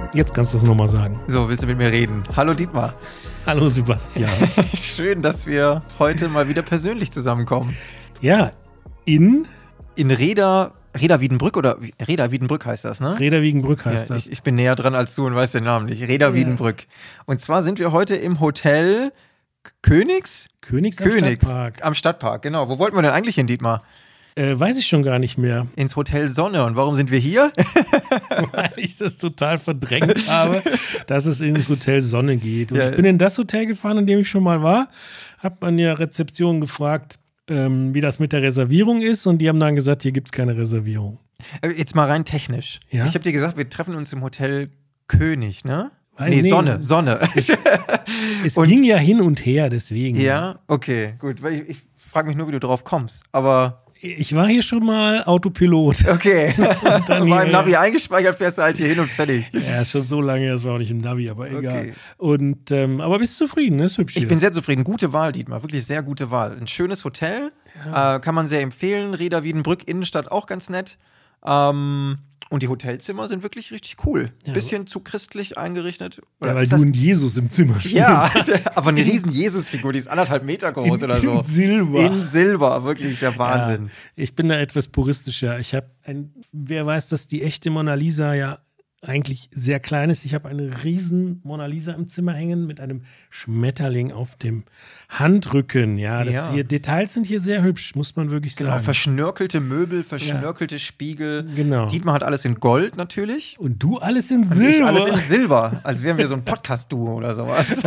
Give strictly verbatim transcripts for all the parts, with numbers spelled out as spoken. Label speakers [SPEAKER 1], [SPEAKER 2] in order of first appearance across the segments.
[SPEAKER 1] Jetzt kannst du es nochmal sagen.
[SPEAKER 2] So, willst du mit mir reden? Hallo Dietmar.
[SPEAKER 1] Hallo Sebastian.
[SPEAKER 2] Schön, dass wir heute mal wieder persönlich zusammenkommen.
[SPEAKER 1] Ja, in?
[SPEAKER 2] In Reda, Reda Wiedenbrück oder Reda Wiedenbrück heißt das, ne?
[SPEAKER 1] Reda Wiedenbrück heißt
[SPEAKER 2] ja,
[SPEAKER 1] das.
[SPEAKER 2] Ich, ich bin näher dran als du und weiß den Namen nicht. Reda ja. Wiedenbrück. Und zwar sind wir heute im Hotel Königs?
[SPEAKER 1] Königs,
[SPEAKER 2] Königs
[SPEAKER 1] am Stadtpark.
[SPEAKER 2] Am Stadtpark, genau. Wo wollten wir denn eigentlich hin, Dietmar?
[SPEAKER 1] Äh, weiß ich schon gar nicht mehr.
[SPEAKER 2] Ins Hotel Sonne. Und warum sind wir hier?
[SPEAKER 1] Weil ich das total verdrängt habe, dass es ins Hotel Sonne geht. Und ja. ich bin in das Hotel gefahren, in dem ich schon mal war, habe an der Rezeption gefragt, ähm, wie das mit der Reservierung ist. Und die haben dann gesagt, hier gibt es keine Reservierung.
[SPEAKER 2] Jetzt mal rein technisch. Ja? Ich habe dir gesagt, wir treffen uns im Hotel König, ne?
[SPEAKER 1] Weil,
[SPEAKER 2] nee,
[SPEAKER 1] nee,
[SPEAKER 2] Sonne, Sonne.
[SPEAKER 1] Es, es ging ja hin und her, deswegen.
[SPEAKER 2] Ja, okay, gut. Weil ich, ich frage mich nur, wie du drauf kommst. Aber
[SPEAKER 1] ich war hier schon mal Autopilot.
[SPEAKER 2] Okay. Dann war im Navi eingespeichert, fährst du halt hier hin und fertig.
[SPEAKER 1] Ja, ist schon so lange, das war auch nicht im Navi, aber egal.
[SPEAKER 2] Okay.
[SPEAKER 1] Und, ähm, aber bist du zufrieden, ne? Ist hübsch hier.
[SPEAKER 2] Ich bin sehr zufrieden. Gute Wahl, Dietmar. Wirklich sehr gute Wahl. Ein schönes Hotel. Ja. Äh, kann man sehr empfehlen. Reda Wiedenbrück, Innenstadt auch ganz nett. Ähm, und die Hotelzimmer sind wirklich richtig cool. Ja. Bisschen zu christlich eingerichtet.
[SPEAKER 1] Oder ja, weil du und Jesus im Zimmer stehst.
[SPEAKER 2] Ja, aber eine riesen Jesus-Figur, die ist anderthalb Meter groß
[SPEAKER 1] in,
[SPEAKER 2] oder so.
[SPEAKER 1] In Silber.
[SPEAKER 2] In Silber, wirklich der Wahnsinn.
[SPEAKER 1] Ja, ich bin da etwas puristischer. Ich habe ein, wer weiß, dass die echte Mona Lisa ja eigentlich sehr klein ist. Ich habe eine riesen Mona Lisa im Zimmer hängen mit einem Schmetterling auf dem Handrücken. Ja, das
[SPEAKER 2] ja.
[SPEAKER 1] hier Details sind hier sehr hübsch, muss man wirklich sagen.
[SPEAKER 2] Genau, verschnörkelte Möbel, verschnörkelte ja. Spiegel.
[SPEAKER 1] Genau.
[SPEAKER 2] Dietmar hat alles in Gold natürlich.
[SPEAKER 1] Und du alles in
[SPEAKER 2] Und
[SPEAKER 1] Silber.
[SPEAKER 2] Ich alles in Silber, als wären wir so ein Podcast-Duo oder sowas.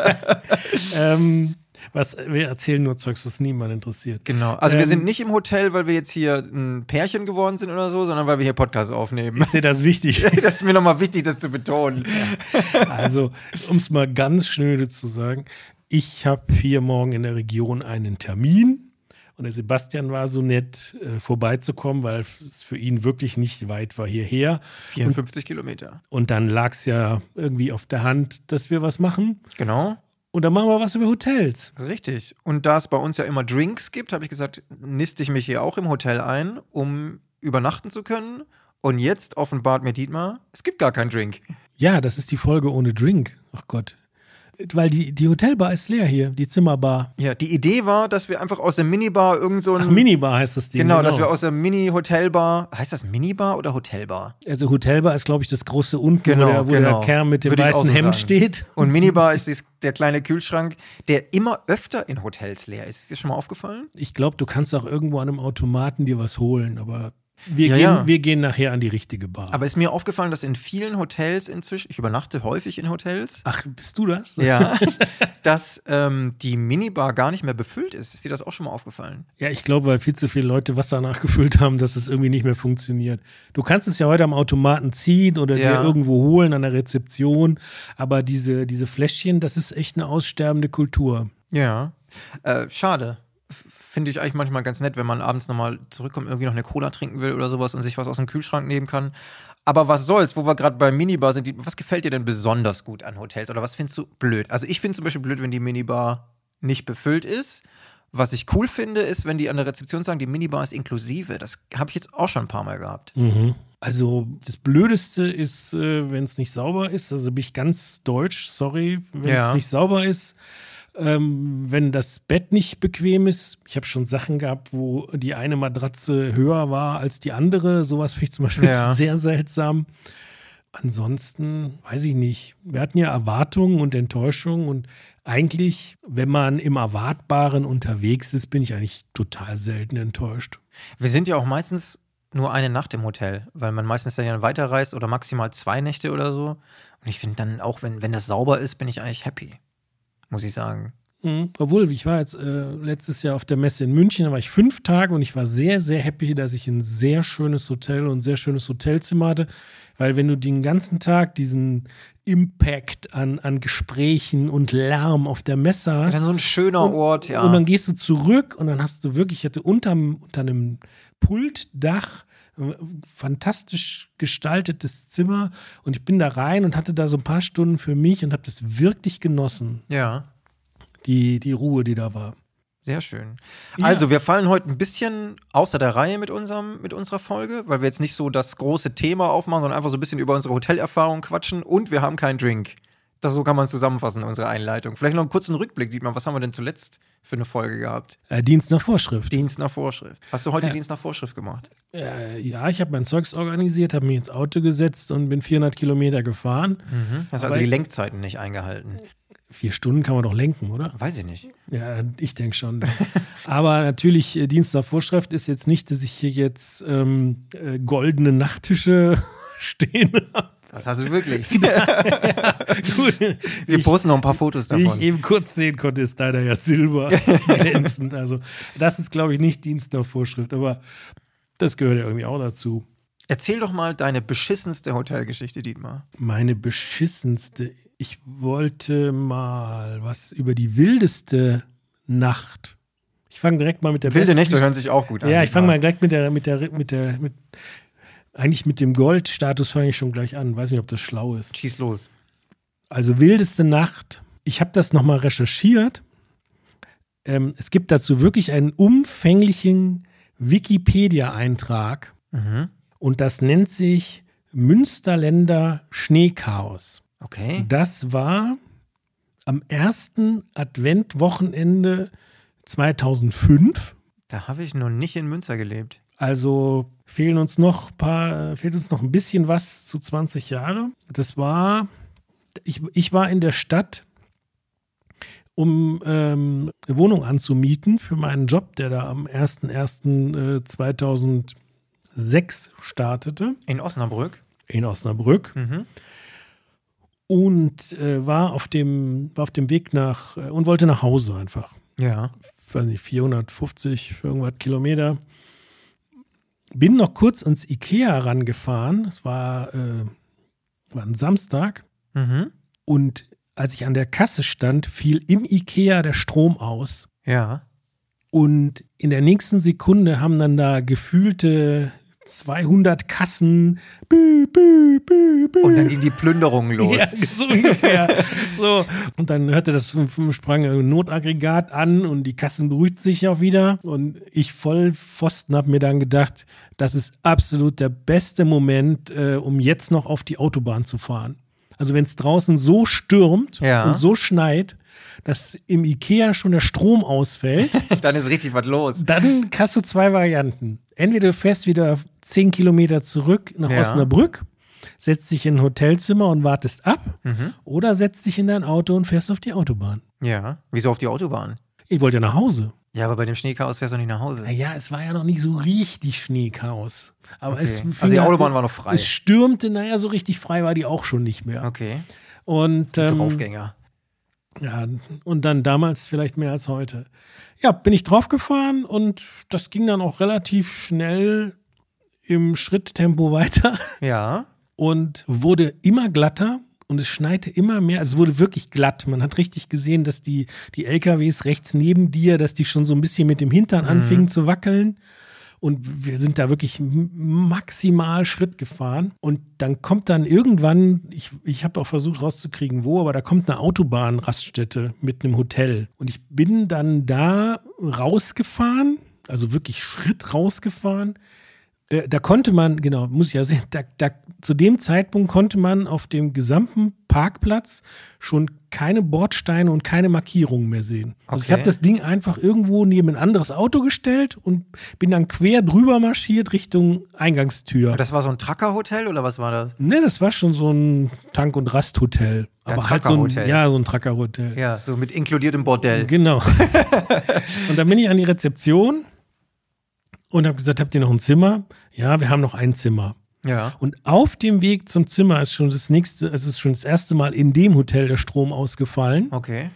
[SPEAKER 1] ähm, was, wir erzählen nur Zeugs, was niemand interessiert.
[SPEAKER 2] Genau, also
[SPEAKER 1] ähm,
[SPEAKER 2] wir sind nicht im Hotel, weil wir jetzt hier ein Pärchen geworden sind oder so, sondern weil wir hier Podcast aufnehmen.
[SPEAKER 1] Ist dir das wichtig?
[SPEAKER 2] Das ist mir nochmal wichtig, das zu betonen.
[SPEAKER 1] Ja. Also, um es mal ganz schnöde zu sagen, ich habe hier morgen in der Region einen Termin und der Sebastian war so nett, äh, vorbeizukommen, weil es für ihn wirklich nicht weit war hierher.
[SPEAKER 2] vierundfünfzig
[SPEAKER 1] und,
[SPEAKER 2] Kilometer.
[SPEAKER 1] Und dann lag es ja irgendwie auf der Hand, dass wir was machen.
[SPEAKER 2] Genau.
[SPEAKER 1] Und dann machen wir was über Hotels.
[SPEAKER 2] Richtig. Und da es bei uns ja immer Drinks gibt, habe ich gesagt, niste ich mich hier auch im Hotel ein, um übernachten zu können. Und jetzt offenbart mir Dietmar, es gibt gar keinen Drink.
[SPEAKER 1] Ja, das ist die Folge ohne Drink. Ach Gott. Weil die, die Hotelbar ist leer hier, die Zimmerbar.
[SPEAKER 2] Ja, die Idee war, dass wir einfach aus der Minibar irgend so ein...
[SPEAKER 1] Ach, Minibar heißt das Ding.
[SPEAKER 2] Genau, genau, dass wir aus der Mini-Hotelbar... Heißt das Minibar oder Hotelbar?
[SPEAKER 1] Also Hotelbar ist, glaube ich, das große unten,
[SPEAKER 2] genau,
[SPEAKER 1] wo, der, wo
[SPEAKER 2] genau.
[SPEAKER 1] der Kerl mit dem
[SPEAKER 2] Würde
[SPEAKER 1] weißen
[SPEAKER 2] so
[SPEAKER 1] Hemd
[SPEAKER 2] sagen.
[SPEAKER 1] steht.
[SPEAKER 2] Und Minibar ist dies, der kleine Kühlschrank, der immer öfter in Hotels leer ist. Ist dir schon mal aufgefallen?
[SPEAKER 1] Ich glaube, du kannst auch irgendwo an einem Automaten dir was holen, aber... Wir,
[SPEAKER 2] ja,
[SPEAKER 1] gehen,
[SPEAKER 2] ja.
[SPEAKER 1] wir gehen nachher an die richtige Bar.
[SPEAKER 2] Aber ist mir aufgefallen, dass in vielen Hotels inzwischen, ich übernachte häufig in Hotels.
[SPEAKER 1] Ach, bist du das?
[SPEAKER 2] Ja, dass ähm, die Minibar gar nicht mehr befüllt ist. Ist dir das auch schon mal aufgefallen?
[SPEAKER 1] Ja, ich glaube, weil viel zu viele Leute Wasser nachgefüllt haben, dass es irgendwie nicht mehr funktioniert. Du kannst es ja heute am Automaten ziehen oder
[SPEAKER 2] ja.
[SPEAKER 1] dir irgendwo holen an der Rezeption, aber diese, diese Fläschchen, das ist echt eine aussterbende Kultur.
[SPEAKER 2] Ja, äh, schade. Finde ich eigentlich manchmal ganz nett, wenn man abends nochmal zurückkommt, irgendwie noch eine Cola trinken will oder sowas und sich was aus dem Kühlschrank nehmen kann. Aber was soll's, wo wir gerade bei Minibar sind, die, was gefällt dir denn besonders gut an Hotels oder was findest du blöd? Also ich finde zum Beispiel blöd, wenn die Minibar nicht befüllt ist. Was ich cool finde, ist, wenn die an der Rezeption sagen, die Minibar ist inklusive. Das habe ich jetzt auch schon ein paar Mal gehabt.
[SPEAKER 1] Mhm. Also das Blödeste ist, äh, wenn es nicht sauber ist. Also bin ich ganz deutsch, sorry, wenn es
[SPEAKER 2] ja.
[SPEAKER 1] nicht sauber ist. Ähm, wenn das Bett nicht bequem ist, ich habe schon Sachen gehabt, wo die eine Matratze höher war als die andere, sowas finde ich zum Beispiel
[SPEAKER 2] ja.
[SPEAKER 1] sehr seltsam. Ansonsten weiß ich nicht, wir hatten ja Erwartungen und Enttäuschungen und eigentlich, wenn man im Erwartbaren unterwegs ist, bin ich eigentlich total selten enttäuscht.
[SPEAKER 2] Wir sind ja auch meistens nur eine Nacht im Hotel, weil man meistens dann ja weiterreist oder maximal zwei Nächte oder so. Und ich finde dann auch, wenn, wenn das sauber ist, bin ich eigentlich happy. Muss ich sagen.
[SPEAKER 1] Mhm. Obwohl, ich war jetzt äh, letztes Jahr auf der Messe in München, da war ich fünf Tage und ich war sehr, sehr happy, dass ich ein sehr schönes Hotel und ein sehr schönes Hotelzimmer hatte, weil wenn du den ganzen Tag diesen Impact an, an Gesprächen und Lärm auf der Messe hast.
[SPEAKER 2] Ja, dann so ein schöner
[SPEAKER 1] und,
[SPEAKER 2] Ort, ja.
[SPEAKER 1] Und dann gehst du zurück und dann hast du wirklich, ich hatte unterm, unter einem Pultdach fantastisch gestaltetes Zimmer und ich bin da rein und hatte da so ein paar Stunden für mich und habe das wirklich genossen.
[SPEAKER 2] Ja.
[SPEAKER 1] Die, die Ruhe, die da war.
[SPEAKER 2] Sehr schön.
[SPEAKER 1] Ja.
[SPEAKER 2] Also, wir fallen heute ein bisschen außer der Reihe mit, unserem, mit unserer Folge, weil wir jetzt nicht so das große Thema aufmachen, sondern einfach so ein bisschen über unsere Hotelerfahrung quatschen und wir haben keinen Drink. Das, so kann man es zusammenfassen, unsere Einleitung. Vielleicht noch einen kurzen Rückblick, sieht man, was haben wir denn zuletzt für eine Folge gehabt?
[SPEAKER 1] Äh, Dienst nach Vorschrift.
[SPEAKER 2] Dienst nach Vorschrift. Hast du heute
[SPEAKER 1] Ja.
[SPEAKER 2] Dienst nach Vorschrift gemacht?
[SPEAKER 1] Äh, ja, ich habe mein Zeugs organisiert, habe mich ins Auto gesetzt und bin vierhundert Kilometer gefahren.
[SPEAKER 2] Mhm. Hast
[SPEAKER 1] Aber
[SPEAKER 2] also die
[SPEAKER 1] ich-
[SPEAKER 2] Lenkzeiten nicht eingehalten?
[SPEAKER 1] Vier Stunden kann man doch lenken, oder?
[SPEAKER 2] Weiß ich nicht.
[SPEAKER 1] Ja, ich denke schon. Aber natürlich, äh, Dienst nach Vorschrift ist jetzt nicht, dass ich hier jetzt ähm, äh, goldene Nachttische stehen habe.
[SPEAKER 2] Das hast du wirklich.
[SPEAKER 1] Gut,
[SPEAKER 2] Wir
[SPEAKER 1] ich,
[SPEAKER 2] posten noch ein paar Fotos
[SPEAKER 1] wie
[SPEAKER 2] davon.
[SPEAKER 1] ich eben kurz sehen konnte, ist deiner ja silber glänzend. Also das ist, glaube ich, nicht Dienst nach Vorschrift, aber das gehört ja irgendwie auch dazu.
[SPEAKER 2] Erzähl doch mal deine beschissenste Hotelgeschichte, Dietmar.
[SPEAKER 1] Meine beschissenste. Ich wollte mal was über die wildeste Nacht. Ich fange direkt mal mit der
[SPEAKER 2] Wilde
[SPEAKER 1] besten-
[SPEAKER 2] Nächte hören sich auch gut an.
[SPEAKER 1] Ja, ich fange
[SPEAKER 2] Dietmar.
[SPEAKER 1] mal gleich mit der, mit der, mit der, mit, eigentlich mit dem Goldstatus fange ich schon gleich an. Weiß nicht, ob das schlau ist.
[SPEAKER 2] Schieß los.
[SPEAKER 1] Also wildeste Nacht. Ich habe das nochmal recherchiert. Ähm, es gibt dazu wirklich einen umfänglichen Wikipedia-Eintrag.
[SPEAKER 2] Mhm.
[SPEAKER 1] Und das nennt sich Münsterländer Schneechaos.
[SPEAKER 2] Okay.
[SPEAKER 1] Das war am ersten Adventwochenende zweitausendfünf.
[SPEAKER 2] Da habe ich noch nicht in Münster gelebt.
[SPEAKER 1] Also fehlen uns noch ein paar, fehlt uns noch ein bisschen was zu zwanzig Jahre. Das war, ich, ich war in der Stadt, um ähm, eine Wohnung anzumieten für meinen Job, der da am ersten ersten zweitausendsechs startete
[SPEAKER 2] In Osnabrück.
[SPEAKER 1] in Osnabrück.
[SPEAKER 2] Mhm.
[SPEAKER 1] Und äh, war, auf dem, war auf dem Weg nach, äh, und wollte nach Hause einfach.
[SPEAKER 2] Ja.
[SPEAKER 1] Ich weiß nicht, vierhundertfünfzig irgendwas Kilometer. Bin noch kurz ins Ikea rangefahren. Es war, äh, war ein Samstag.
[SPEAKER 2] Mhm.
[SPEAKER 1] Und als ich an der Kasse stand, fiel im Ikea der Strom aus.
[SPEAKER 2] Ja.
[SPEAKER 1] Und in der nächsten Sekunde haben dann da gefühlte zweihundert Kassen. Bü, bü, bü, bü.
[SPEAKER 2] Und dann ging die Plünderung los.
[SPEAKER 1] Ja, so ungefähr. So. Und dann hörte das, sprang ein Notaggregat an und die Kassen beruhigt sich auch wieder. Und ich voll Pfosten habe mir dann gedacht, das ist absolut der beste Moment, äh, um jetzt noch auf die Autobahn zu fahren. Also wenn es draußen so stürmt
[SPEAKER 2] Ja.
[SPEAKER 1] und so schneit, dass im Ikea schon der Strom ausfällt,
[SPEAKER 2] Dann ist richtig was los.
[SPEAKER 1] dann hast du zwei Varianten. Entweder du fährst wieder zehn Kilometer zurück nach
[SPEAKER 2] Ja.
[SPEAKER 1] Osnabrück, setzt dich in ein Hotelzimmer und wartest ab,
[SPEAKER 2] Mhm.
[SPEAKER 1] oder setzt dich in dein Auto und fährst auf die Autobahn.
[SPEAKER 2] Ja. Wieso auf die Autobahn?
[SPEAKER 1] Ich wollte ja nach Hause.
[SPEAKER 2] Ja, aber bei dem Schneechaos fährst du nicht nach Hause.
[SPEAKER 1] Naja, es war ja noch nicht so richtig Schneechaos. Aber
[SPEAKER 2] Okay.
[SPEAKER 1] es fing
[SPEAKER 2] Also die
[SPEAKER 1] ja-
[SPEAKER 2] Autobahn war noch frei.
[SPEAKER 1] Es stürmte, naja, so richtig frei war die auch schon nicht mehr.
[SPEAKER 2] Okay.
[SPEAKER 1] Und, ähm,
[SPEAKER 2] Draufgänger.
[SPEAKER 1] ja, und dann damals vielleicht mehr als heute. Ja, bin ich draufgefahren und das ging dann auch relativ schnell im Schritttempo weiter
[SPEAKER 2] Ja.
[SPEAKER 1] und wurde immer glatter und es schneite immer mehr. Also es wurde wirklich glatt. Man hat richtig gesehen, dass die, die L K Ws rechts neben dir, dass die schon so ein bisschen mit dem Hintern
[SPEAKER 2] Mhm.
[SPEAKER 1] anfingen zu wackeln. Und wir sind da wirklich m- maximal Schritt gefahren. Und dann kommt dann irgendwann, ich, ich habe auch versucht rauszukriegen, wo, aber da kommt eine Autobahnraststätte mit einem Hotel. Und ich bin dann da rausgefahren, also wirklich Schritt rausgefahren. Äh, da konnte man, genau, muss ich ja sehen, da, da, zu dem Zeitpunkt konnte man auf dem gesamten Parkplatz schon keine Bordsteine und keine Markierungen mehr sehen. Also ich
[SPEAKER 2] Okay.
[SPEAKER 1] habe das Ding einfach irgendwo neben ein anderes Auto gestellt und bin dann quer drüber marschiert Richtung Eingangstür.
[SPEAKER 2] Und das war so ein Trucker-Hotel oder was war das?
[SPEAKER 1] Ne, das war schon so ein Tank- und Rasthotel.
[SPEAKER 2] Ja,
[SPEAKER 1] Aber halt so ein,
[SPEAKER 2] Trucker-Hotel.
[SPEAKER 1] ja, so ein Trucker-Hotel.
[SPEAKER 2] Ja, so mit inkludiertem Bordell.
[SPEAKER 1] Genau. Und dann bin ich an die Rezeption und habe gesagt, habt ihr noch ein Zimmer? Ja, wir haben noch ein Zimmer.
[SPEAKER 2] Ja.
[SPEAKER 1] Und auf dem Weg zum Zimmer ist schon das nächste, es ist schon das erste Mal in dem Hotel der Strom ausgefallen.
[SPEAKER 2] Okay.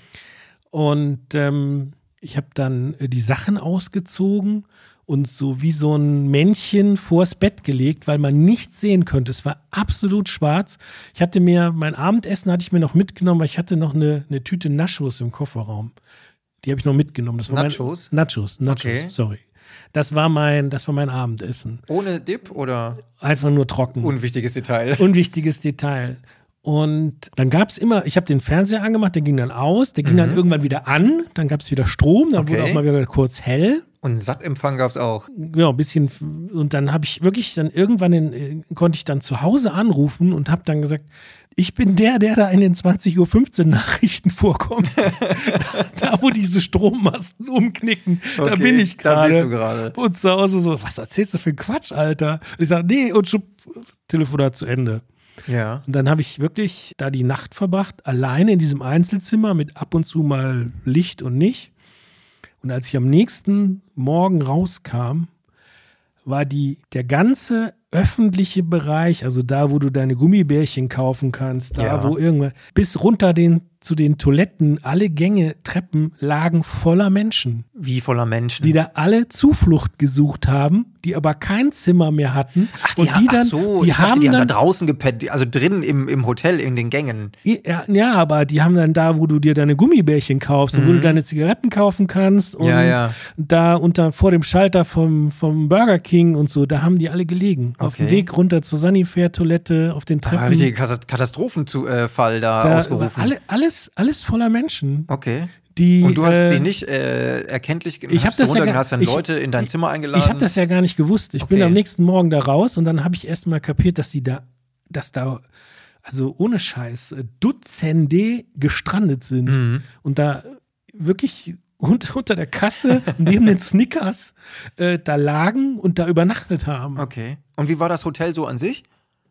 [SPEAKER 1] Und ähm, ich habe dann äh, die Sachen ausgezogen und so wie so ein Männchen vors Bett gelegt, weil man nichts sehen konnte. Es war absolut schwarz. Ich hatte mir, mein Abendessen hatte ich mir noch mitgenommen, weil ich hatte noch eine, eine Tüte Nachos im Kofferraum. Die habe ich noch mitgenommen. Das war
[SPEAKER 2] Nachos?
[SPEAKER 1] Mein, Nachos, Nachos,
[SPEAKER 2] Okay.
[SPEAKER 1] sorry. Das war mein, das war mein Abendessen.
[SPEAKER 2] Ohne Dip oder
[SPEAKER 1] Einfach nur trocken.
[SPEAKER 2] unwichtiges Detail?
[SPEAKER 1] Unwichtiges Detail. Und dann gab es immer, ich habe den Fernseher angemacht, der ging dann aus, der ging
[SPEAKER 2] Mhm.
[SPEAKER 1] dann irgendwann wieder an, dann gab es wieder Strom, dann
[SPEAKER 2] Okay.
[SPEAKER 1] wurde auch mal wieder kurz hell.
[SPEAKER 2] Und Sattempfang gab es auch.
[SPEAKER 1] Ja, ein bisschen. Und dann habe ich wirklich dann irgendwann in, äh, konnte ich dann zu Hause anrufen und habe dann gesagt, ich bin der, der da in den zwanzig Uhr fünfzehn Nachrichten vorkommt. da, da, wo diese Strommasten umknicken, da
[SPEAKER 2] Okay,
[SPEAKER 1] bin ich
[SPEAKER 2] da bist du
[SPEAKER 1] gerade.
[SPEAKER 2] gerade.
[SPEAKER 1] Und zu Hause so, was erzählst du für einen Quatsch, Alter? Und ich sage, nee, und schon Telefonat zu Ende.
[SPEAKER 2] Ja.
[SPEAKER 1] Und dann habe ich wirklich da die Nacht verbracht, alleine in diesem Einzelzimmer mit ab und zu mal Licht und nicht. Und als ich am nächsten Morgen rauskam, war die, der ganze öffentliche Bereich, also da, wo du deine Gummibärchen kaufen kannst, da,
[SPEAKER 2] Ja.
[SPEAKER 1] wo irgendwas, bis runter den, zu den Toiletten, alle Gänge, Treppen lagen voller Menschen,
[SPEAKER 2] Wie voller Menschen.
[SPEAKER 1] die da alle Zuflucht gesucht haben, die aber kein Zimmer mehr hatten.
[SPEAKER 2] Ach, die,
[SPEAKER 1] und die
[SPEAKER 2] ach
[SPEAKER 1] dann,
[SPEAKER 2] so,
[SPEAKER 1] die
[SPEAKER 2] ich dachte,
[SPEAKER 1] haben
[SPEAKER 2] die haben
[SPEAKER 1] dann
[SPEAKER 2] da draußen gepennt, die- also drin im, im Hotel, in den Gängen.
[SPEAKER 1] Ja, ja, aber die haben dann da, wo du dir deine Gummibärchen kaufst und wo du deine Zigaretten kaufen kannst und
[SPEAKER 2] Mhm. Ja, ja.
[SPEAKER 1] da unter vor dem Schalter vom, vom Burger King und so, da haben die alle gelegen. Auf dem
[SPEAKER 2] Okay.
[SPEAKER 1] Weg runter zur Sanifair-Toilette, auf den
[SPEAKER 2] Da war ein
[SPEAKER 1] Treppen.
[SPEAKER 2] richtiger Katastrophenfall da,
[SPEAKER 1] Da
[SPEAKER 2] ausgerufen.
[SPEAKER 1] war alle, alles, alles voller Menschen.
[SPEAKER 2] Okay.
[SPEAKER 1] Die,
[SPEAKER 2] Und du hast
[SPEAKER 1] äh,
[SPEAKER 2] dich nicht äh, erkenntlich
[SPEAKER 1] ich hab
[SPEAKER 2] hast
[SPEAKER 1] das
[SPEAKER 2] du
[SPEAKER 1] ja
[SPEAKER 2] runtergegangen,
[SPEAKER 1] gar-
[SPEAKER 2] hast dann
[SPEAKER 1] ich-
[SPEAKER 2] Leute in dein Zimmer eingeladen.
[SPEAKER 1] Ich habe das ja gar nicht gewusst. Ich bin
[SPEAKER 2] Okay.
[SPEAKER 1] am nächsten Morgen da raus und dann habe ich erst mal kapiert, dass die da, dass da, also ohne Scheiß, äh, Dutzende gestrandet sind
[SPEAKER 2] Mhm.
[SPEAKER 1] und da wirklich unter, unter der Kasse neben den Snickers äh, da lagen und da übernachtet haben.
[SPEAKER 2] Okay. Und wie war das Hotel so an sich?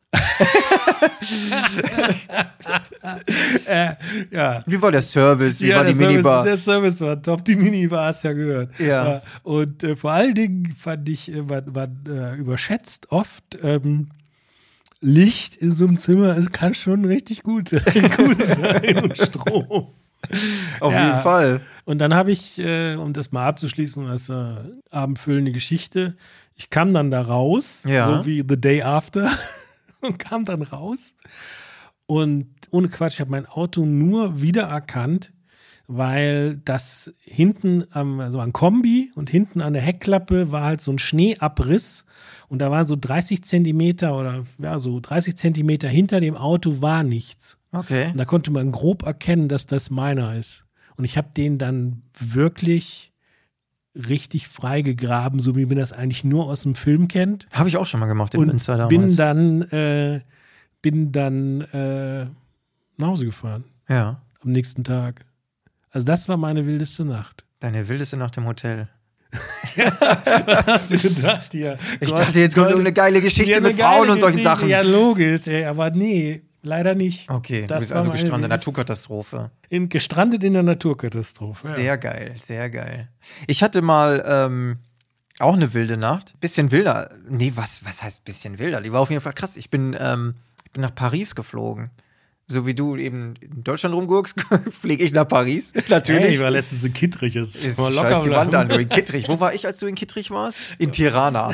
[SPEAKER 1] Äh, ja.
[SPEAKER 2] Wie war der Service? Wie
[SPEAKER 1] Ja,
[SPEAKER 2] war die
[SPEAKER 1] der Service,
[SPEAKER 2] Minibar?
[SPEAKER 1] der Service war top, die Minibar hast ja gehört.
[SPEAKER 2] Ja.
[SPEAKER 1] Und äh, vor allen Dingen fand ich, äh, war, war äh, überschätzt oft, ähm, Licht in so einem Zimmer, es kann schon richtig gut, gut sein und Strom.
[SPEAKER 2] Auf
[SPEAKER 1] Ja.
[SPEAKER 2] jeden Fall.
[SPEAKER 1] Und dann habe ich, äh, um das mal abzuschließen, das äh, abendfüllende Geschichte, ich kam dann da raus,
[SPEAKER 2] Ja.
[SPEAKER 1] so wie The Day After, und kam dann raus. Und ohne Quatsch, ich habe mein Auto nur wiedererkannt, weil das hinten am, also ein Kombi und hinten an der Heckklappe war halt so ein Schneeabriss und da war so dreißig Zentimeter oder ja, so dreißig Zentimeter hinter dem Auto war nichts.
[SPEAKER 2] Okay.
[SPEAKER 1] Und da konnte man grob erkennen, dass das meiner ist. Und ich habe den dann wirklich richtig freigegraben, so wie man das eigentlich nur aus dem Film kennt.
[SPEAKER 2] Habe ich auch schon mal gemacht in
[SPEAKER 1] Und
[SPEAKER 2] Münster damals.
[SPEAKER 1] bin dann, äh, bin dann äh, nach Hause gefahren
[SPEAKER 2] ja.
[SPEAKER 1] am nächsten Tag. Also das war meine wildeste Nacht.
[SPEAKER 2] Deine wildeste Nacht im Hotel.
[SPEAKER 1] Was hast du gedacht hier?
[SPEAKER 2] Ich dachte, jetzt kommt irgendeine geile Geschichte
[SPEAKER 1] Ja,
[SPEAKER 2] mit
[SPEAKER 1] eine
[SPEAKER 2] Frauen
[SPEAKER 1] geile
[SPEAKER 2] und solchen
[SPEAKER 1] Geschichte.
[SPEAKER 2] Sachen.
[SPEAKER 1] Ja, logisch, ey, aber nee, leider nicht.
[SPEAKER 2] Okay,
[SPEAKER 1] Das
[SPEAKER 2] du bist
[SPEAKER 1] war
[SPEAKER 2] also
[SPEAKER 1] meine
[SPEAKER 2] gestrandet.
[SPEAKER 1] wildeste-
[SPEAKER 2] Naturkatastrophe.
[SPEAKER 1] In, gestrandet in der Naturkatastrophe. Ja.
[SPEAKER 2] Sehr geil, sehr geil. Ich hatte mal ähm, auch eine wilde Nacht. Bisschen wilder. Nee, was, was heißt bisschen wilder? Die war auf jeden Fall krass. Ich bin, ähm, ich bin nach Paris geflogen. So wie du eben in Deutschland rumguckst, fliege ich nach Paris. Natürlich.
[SPEAKER 1] Hey, ich war letztens in Kittrich. Das
[SPEAKER 2] Ist
[SPEAKER 1] mal
[SPEAKER 2] scheiß die Wand
[SPEAKER 1] bleiben.
[SPEAKER 2] an, du in Kittrich. Wo war ich, als du in Kittrich warst? In Tirana.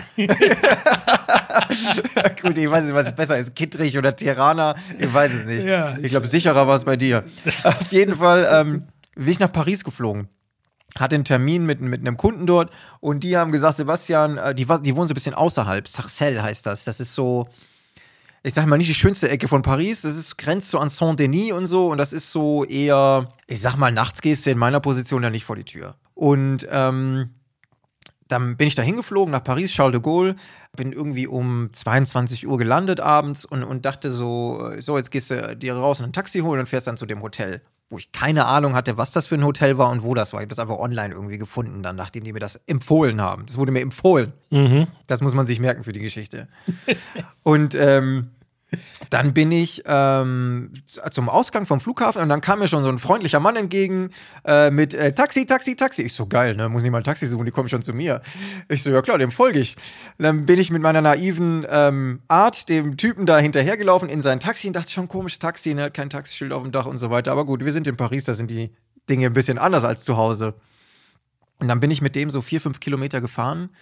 [SPEAKER 2] Gut, ich weiß nicht, was besser ist, Kittrich oder Tirana. Ich weiß es nicht.
[SPEAKER 1] Ja,
[SPEAKER 2] ich glaube, sicherer war es bei dir. Auf jeden Fall ähm, bin ich nach Paris geflogen. Hatte einen Termin mit, mit einem Kunden dort und die haben gesagt, Sebastian, äh, die, wa- die wohnen so ein bisschen außerhalb. Sarcelles heißt das. Das ist so, ich sag mal, nicht die schönste Ecke von Paris. Das ist grenzt so an Saint-Denis und so. Und das ist so eher, ich sag mal, nachts gehst du in meiner Position ja nicht vor die Tür. Und ähm, dann bin ich da hingeflogen nach Paris, Charles de Gaulle. Bin irgendwie um zweiundzwanzig Uhr gelandet abends und, und dachte so, so, jetzt gehst du dir raus und ein Taxi holen und fährst dann zu dem Hotel. Wo ich keine Ahnung hatte, was das für ein Hotel war und wo das war. Ich habe das einfach online irgendwie gefunden, dann, nachdem die mir das empfohlen haben. Das wurde mir empfohlen.
[SPEAKER 1] Mhm.
[SPEAKER 2] Das muss man sich merken für die Geschichte. Und ähm, dann bin ich ähm, zum Ausgang vom Flughafen und dann kam mir schon so ein freundlicher Mann entgegen äh, mit äh, Taxi, Taxi, Taxi. Ich so, geil, ne? Muss nicht mal ein Taxi suchen, die kommen schon zu mir. Ich so, ja klar, dem folge ich. Und dann bin ich mit meiner naiven ähm, Art dem Typen da hinterhergelaufen in sein Taxi und dachte schon, komisches Taxi, er hat kein Taxischild auf dem Dach und so weiter. Aber gut, wir sind in Paris, da sind die Dinge ein bisschen anders als zu Hause. Und dann bin ich mit dem so vier, fünf Kilometer gefahren.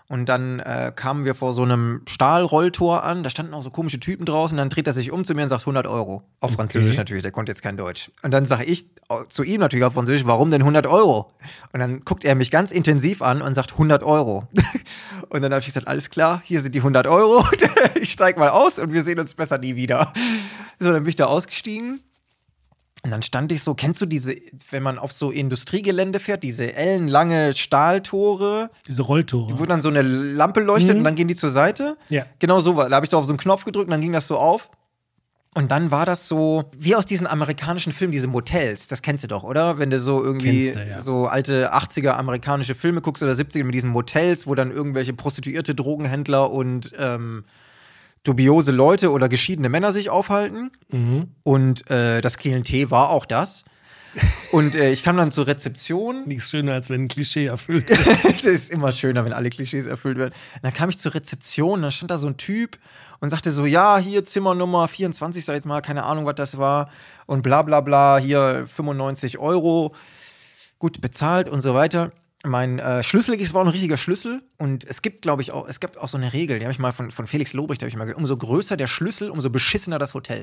[SPEAKER 2] Und dann äh, kamen wir vor so einem Stahlrolltor an, da standen auch so komische Typen draußen, dann dreht er sich um zu mir und sagt hundert Euro. Auf Französisch
[SPEAKER 1] Okay.
[SPEAKER 2] natürlich, der konnte jetzt kein Deutsch. Und dann sage ich zu ihm natürlich auf Französisch, warum denn hundert Euro? Und dann guckt er mich ganz intensiv an und sagt hundert Euro. Und dann habe ich gesagt, alles klar, hier sind die hundert Euro, ich steige mal aus und wir sehen uns besser nie wieder. So, dann bin ich da ausgestiegen. Und dann stand ich so, kennst du diese, wenn man auf so Industriegelände fährt, diese ellenlange Stahltore,
[SPEAKER 1] Diese Rolltore.
[SPEAKER 2] wo dann so eine Lampe leuchtet
[SPEAKER 1] Mhm.
[SPEAKER 2] und dann gehen die zur Seite?
[SPEAKER 1] Ja.
[SPEAKER 2] Genau so war. Da habe ich doch auf so einen Knopf gedrückt und dann ging das so auf. Und dann war das so, wie aus diesen amerikanischen Filmen, diese Motels, das kennst du doch, oder? Wenn du so irgendwie
[SPEAKER 1] Kennst du, ja.
[SPEAKER 2] so alte achtziger amerikanische Filme guckst oder siebziger mit diesen Motels, wo dann irgendwelche prostituierte Drogenhändler und ähm, dubiose Leute oder geschiedene Männer sich aufhalten.
[SPEAKER 1] Mhm.
[SPEAKER 2] Und äh, das Klientel war auch das. Und äh, ich kam dann zur Rezeption.
[SPEAKER 1] Nichts schöner, als wenn ein Klischee erfüllt wird.
[SPEAKER 2] Es ist immer schöner, wenn alle Klischees erfüllt werden. Und dann kam ich zur Rezeption, da stand da so ein Typ und sagte so, ja, hier Zimmernummer vierundzwanzig, sag ich jetzt mal, keine Ahnung, was das war. Und bla bla bla, hier fünfundneunzig Euro, gut bezahlt und so weiter. Mein äh, Schlüssel, es war auch ein richtiger Schlüssel. Und es gibt, glaube ich, auch, es gibt auch so eine Regel, die habe ich mal von, von Felix Lobrecht, habe ich mal gehört. Umso größer der Schlüssel, umso beschissener das Hotel.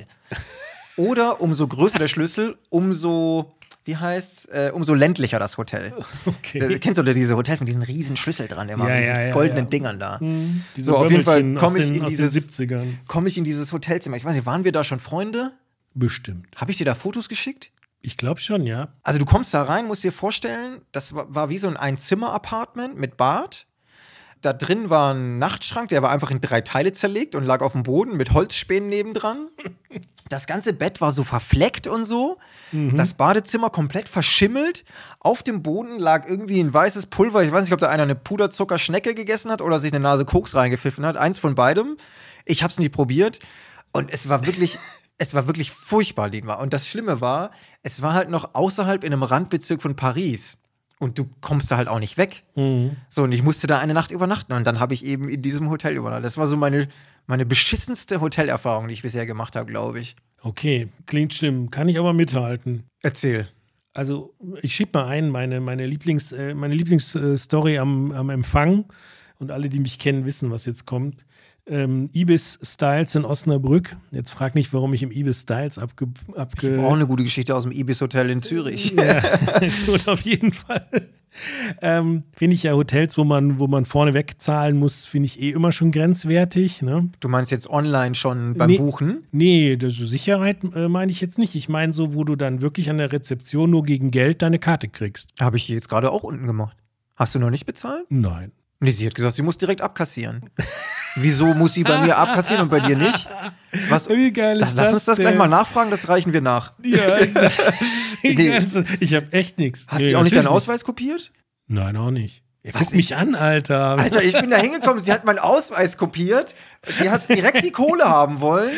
[SPEAKER 2] Oder umso größer der Schlüssel, umso, wie heißt's, äh, umso ländlicher das Hotel.
[SPEAKER 1] Okay.
[SPEAKER 2] Äh, Kennst du diese Hotels mit diesen riesen Schlüssel dran, immer
[SPEAKER 1] Ja,
[SPEAKER 2] mit diesen
[SPEAKER 1] ja, ja,
[SPEAKER 2] goldenen
[SPEAKER 1] ja.
[SPEAKER 2] Dingern da?
[SPEAKER 1] Mhm. Diese
[SPEAKER 2] So, auf jeden Fall
[SPEAKER 1] Bömmelchen
[SPEAKER 2] komme
[SPEAKER 1] aus
[SPEAKER 2] ich
[SPEAKER 1] den-
[SPEAKER 2] in
[SPEAKER 1] aus
[SPEAKER 2] dieses-
[SPEAKER 1] den siebzigern.
[SPEAKER 2] Komme ich in dieses Hotelzimmer. Ich weiß nicht, waren wir da schon Freunde?
[SPEAKER 1] Bestimmt.
[SPEAKER 2] Habe ich dir da Fotos geschickt?
[SPEAKER 1] Ich glaube schon, ja.
[SPEAKER 2] Also du kommst da rein, musst dir vorstellen, das war, war wie so ein Ein-Zimmer-Apartment mit Bad. Da drin war ein Nachtschrank, der war einfach in drei Teile zerlegt und lag auf dem Boden mit Holzspänen nebendran. Das ganze Bett war so verfleckt und so. Das Badezimmer komplett verschimmelt. Auf dem Boden lag irgendwie ein weißes Pulver. Ich weiß nicht, ob da einer eine Puderzuckerschnecke gegessen hat oder sich eine Nase Koks reingepfiffen hat. Eins von beidem. Ich hab's nicht probiert. Und es war wirklich, es war wirklich furchtbar, Dietmar. Und das Schlimme war, es war halt noch außerhalb in einem Randbezirk von Paris. Und du kommst da halt auch nicht weg.
[SPEAKER 1] Mhm.
[SPEAKER 2] So, und ich musste da eine Nacht übernachten. Und dann habe ich eben in diesem Hotel übernachtet. Das war so meine, meine beschissenste Hotelerfahrung, die ich bisher gemacht habe, glaube ich.
[SPEAKER 1] Okay, klingt schlimm. Kann ich aber mithalten.
[SPEAKER 2] Erzähl.
[SPEAKER 1] Also, ich schieb mal ein, meine, meine Lieblings, äh, meine Lieblingsstory am, am Empfang. Und alle, die mich kennen, wissen, was jetzt kommt. Ähm, Ibis Styles in Osnabrück. Jetzt frag nicht, warum ich im Ibis Styles abge... abge
[SPEAKER 2] Auch eine gute Geschichte aus dem Ibis Hotel in Zürich.
[SPEAKER 1] Ja, gut, auf jeden Fall. Ähm, finde ich ja Hotels, wo man, wo man vorneweg zahlen muss, finde ich eh immer schon grenzwertig. Ne?
[SPEAKER 2] Du meinst jetzt online schon beim
[SPEAKER 1] Nee.
[SPEAKER 2] Buchen?
[SPEAKER 1] Nee, das, Sicherheit äh, meine ich jetzt nicht. Ich meine so, wo du dann wirklich an der Rezeption nur gegen Geld deine Karte kriegst.
[SPEAKER 2] Habe ich jetzt gerade auch unten gemacht. Hast du noch nicht bezahlt?
[SPEAKER 1] Nein.
[SPEAKER 2] Nee, sie hat gesagt, sie muss direkt abkassieren. Wieso muss sie bei mir abkassieren und bei dir nicht? Was?
[SPEAKER 1] Wie geil
[SPEAKER 2] Das,
[SPEAKER 1] ist
[SPEAKER 2] lass
[SPEAKER 1] das
[SPEAKER 2] uns das
[SPEAKER 1] denn?
[SPEAKER 2] gleich mal nachfragen, das reichen wir nach.
[SPEAKER 1] Ja, ich,
[SPEAKER 2] Nee.
[SPEAKER 1] also, ich habe echt nichts.
[SPEAKER 2] Hat
[SPEAKER 1] Nee,
[SPEAKER 2] sie auch nicht deinen
[SPEAKER 1] natürlich
[SPEAKER 2] Ausweis kopiert?
[SPEAKER 1] Nein, auch nicht. Ja,
[SPEAKER 2] Was
[SPEAKER 1] guck mich
[SPEAKER 2] ist-
[SPEAKER 1] an, Alter.
[SPEAKER 2] Alter, ich bin da hingekommen, sie hat meinen Ausweis kopiert. Sie hat direkt die Kohle haben wollen.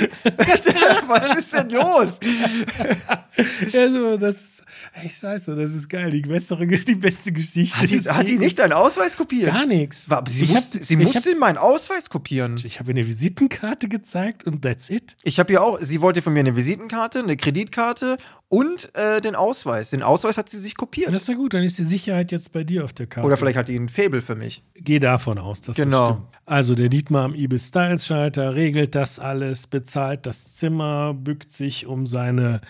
[SPEAKER 2] Was ist denn los?
[SPEAKER 1] Also, das ist echt scheiße, das ist geil. Die bessere, die beste Geschichte.
[SPEAKER 2] Hat die,
[SPEAKER 1] des
[SPEAKER 2] hat die
[SPEAKER 1] Lebens.
[SPEAKER 2] nicht deinen Ausweis kopiert?
[SPEAKER 1] Gar nichts.
[SPEAKER 2] War- aber Sie
[SPEAKER 1] Ich
[SPEAKER 2] musste,
[SPEAKER 1] hab-
[SPEAKER 2] sie
[SPEAKER 1] ich
[SPEAKER 2] musste
[SPEAKER 1] hab-
[SPEAKER 2] meinen Ausweis kopieren.
[SPEAKER 1] Ich habe ihr eine Visitenkarte gezeigt und that's it.
[SPEAKER 2] Ich habe ja auch, sie wollte von mir eine Visitenkarte, eine Kreditkarte und äh, den Ausweis. Den Ausweis hat sie sich kopiert.
[SPEAKER 1] Das ist ja gut, dann ist die Sicherheit jetzt bei dir auf der Karte.
[SPEAKER 2] Oder vielleicht hat die ein Faible für mich.
[SPEAKER 1] Geh davon aus, dass
[SPEAKER 2] Genau.
[SPEAKER 1] das stimmt. Also der Dietmar am Ibis Styles Schalter regelt das alles, bezahlt das Zimmer, bückt sich, um seine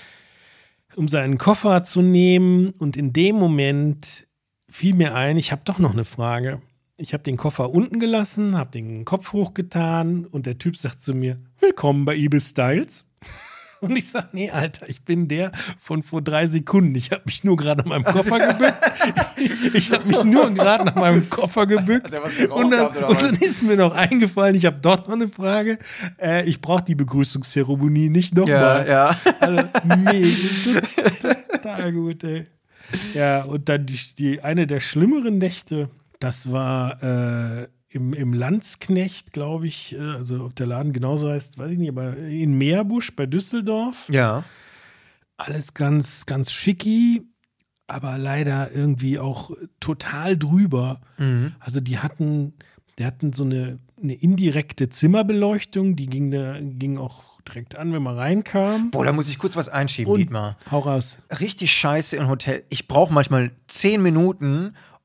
[SPEAKER 1] um seinen Koffer zu nehmen und in dem Moment fiel mir ein, ich habe doch noch eine Frage. Ich habe den Koffer unten gelassen, habe den Kopf hochgetan und der Typ sagt zu mir, willkommen bei Ibis Styles. Und ich sage, nee, Alter, ich bin der von vor drei Sekunden. Ich habe mich nur gerade nach meinem Koffer gebückt. Ich habe mich nur gerade nach meinem Koffer gebückt.
[SPEAKER 2] Hat er was geraucht
[SPEAKER 1] Und dann,
[SPEAKER 2] gehabt oder
[SPEAKER 1] und
[SPEAKER 2] was?
[SPEAKER 1] dann ist mir noch eingefallen, ich habe dort noch eine Frage. Äh, ich brauche die Begrüßungszeremonie nicht nochmal.
[SPEAKER 2] Ja, ja.
[SPEAKER 1] Also, mega, total gut, ey. Ja, und dann die, die eine der schlimmeren Nächte, das war äh, im, im Landsknecht, glaube ich, äh, also ob der Laden genauso heißt, weiß ich nicht, aber in Meerbusch bei Düsseldorf.
[SPEAKER 2] Ja.
[SPEAKER 1] Alles ganz, ganz schicki, aber leider irgendwie auch total drüber.
[SPEAKER 2] Mhm.
[SPEAKER 1] Also die hatten, die hatten so eine, eine indirekte Zimmerbeleuchtung, die ging, da, ging auch direkt an, wenn man reinkam.
[SPEAKER 2] Boah, da muss ich kurz was einschieben,
[SPEAKER 1] Und
[SPEAKER 2] Dietmar.
[SPEAKER 1] hau raus.
[SPEAKER 2] Richtig scheiße im Hotel. Ich brauche manchmal zehn Minuten,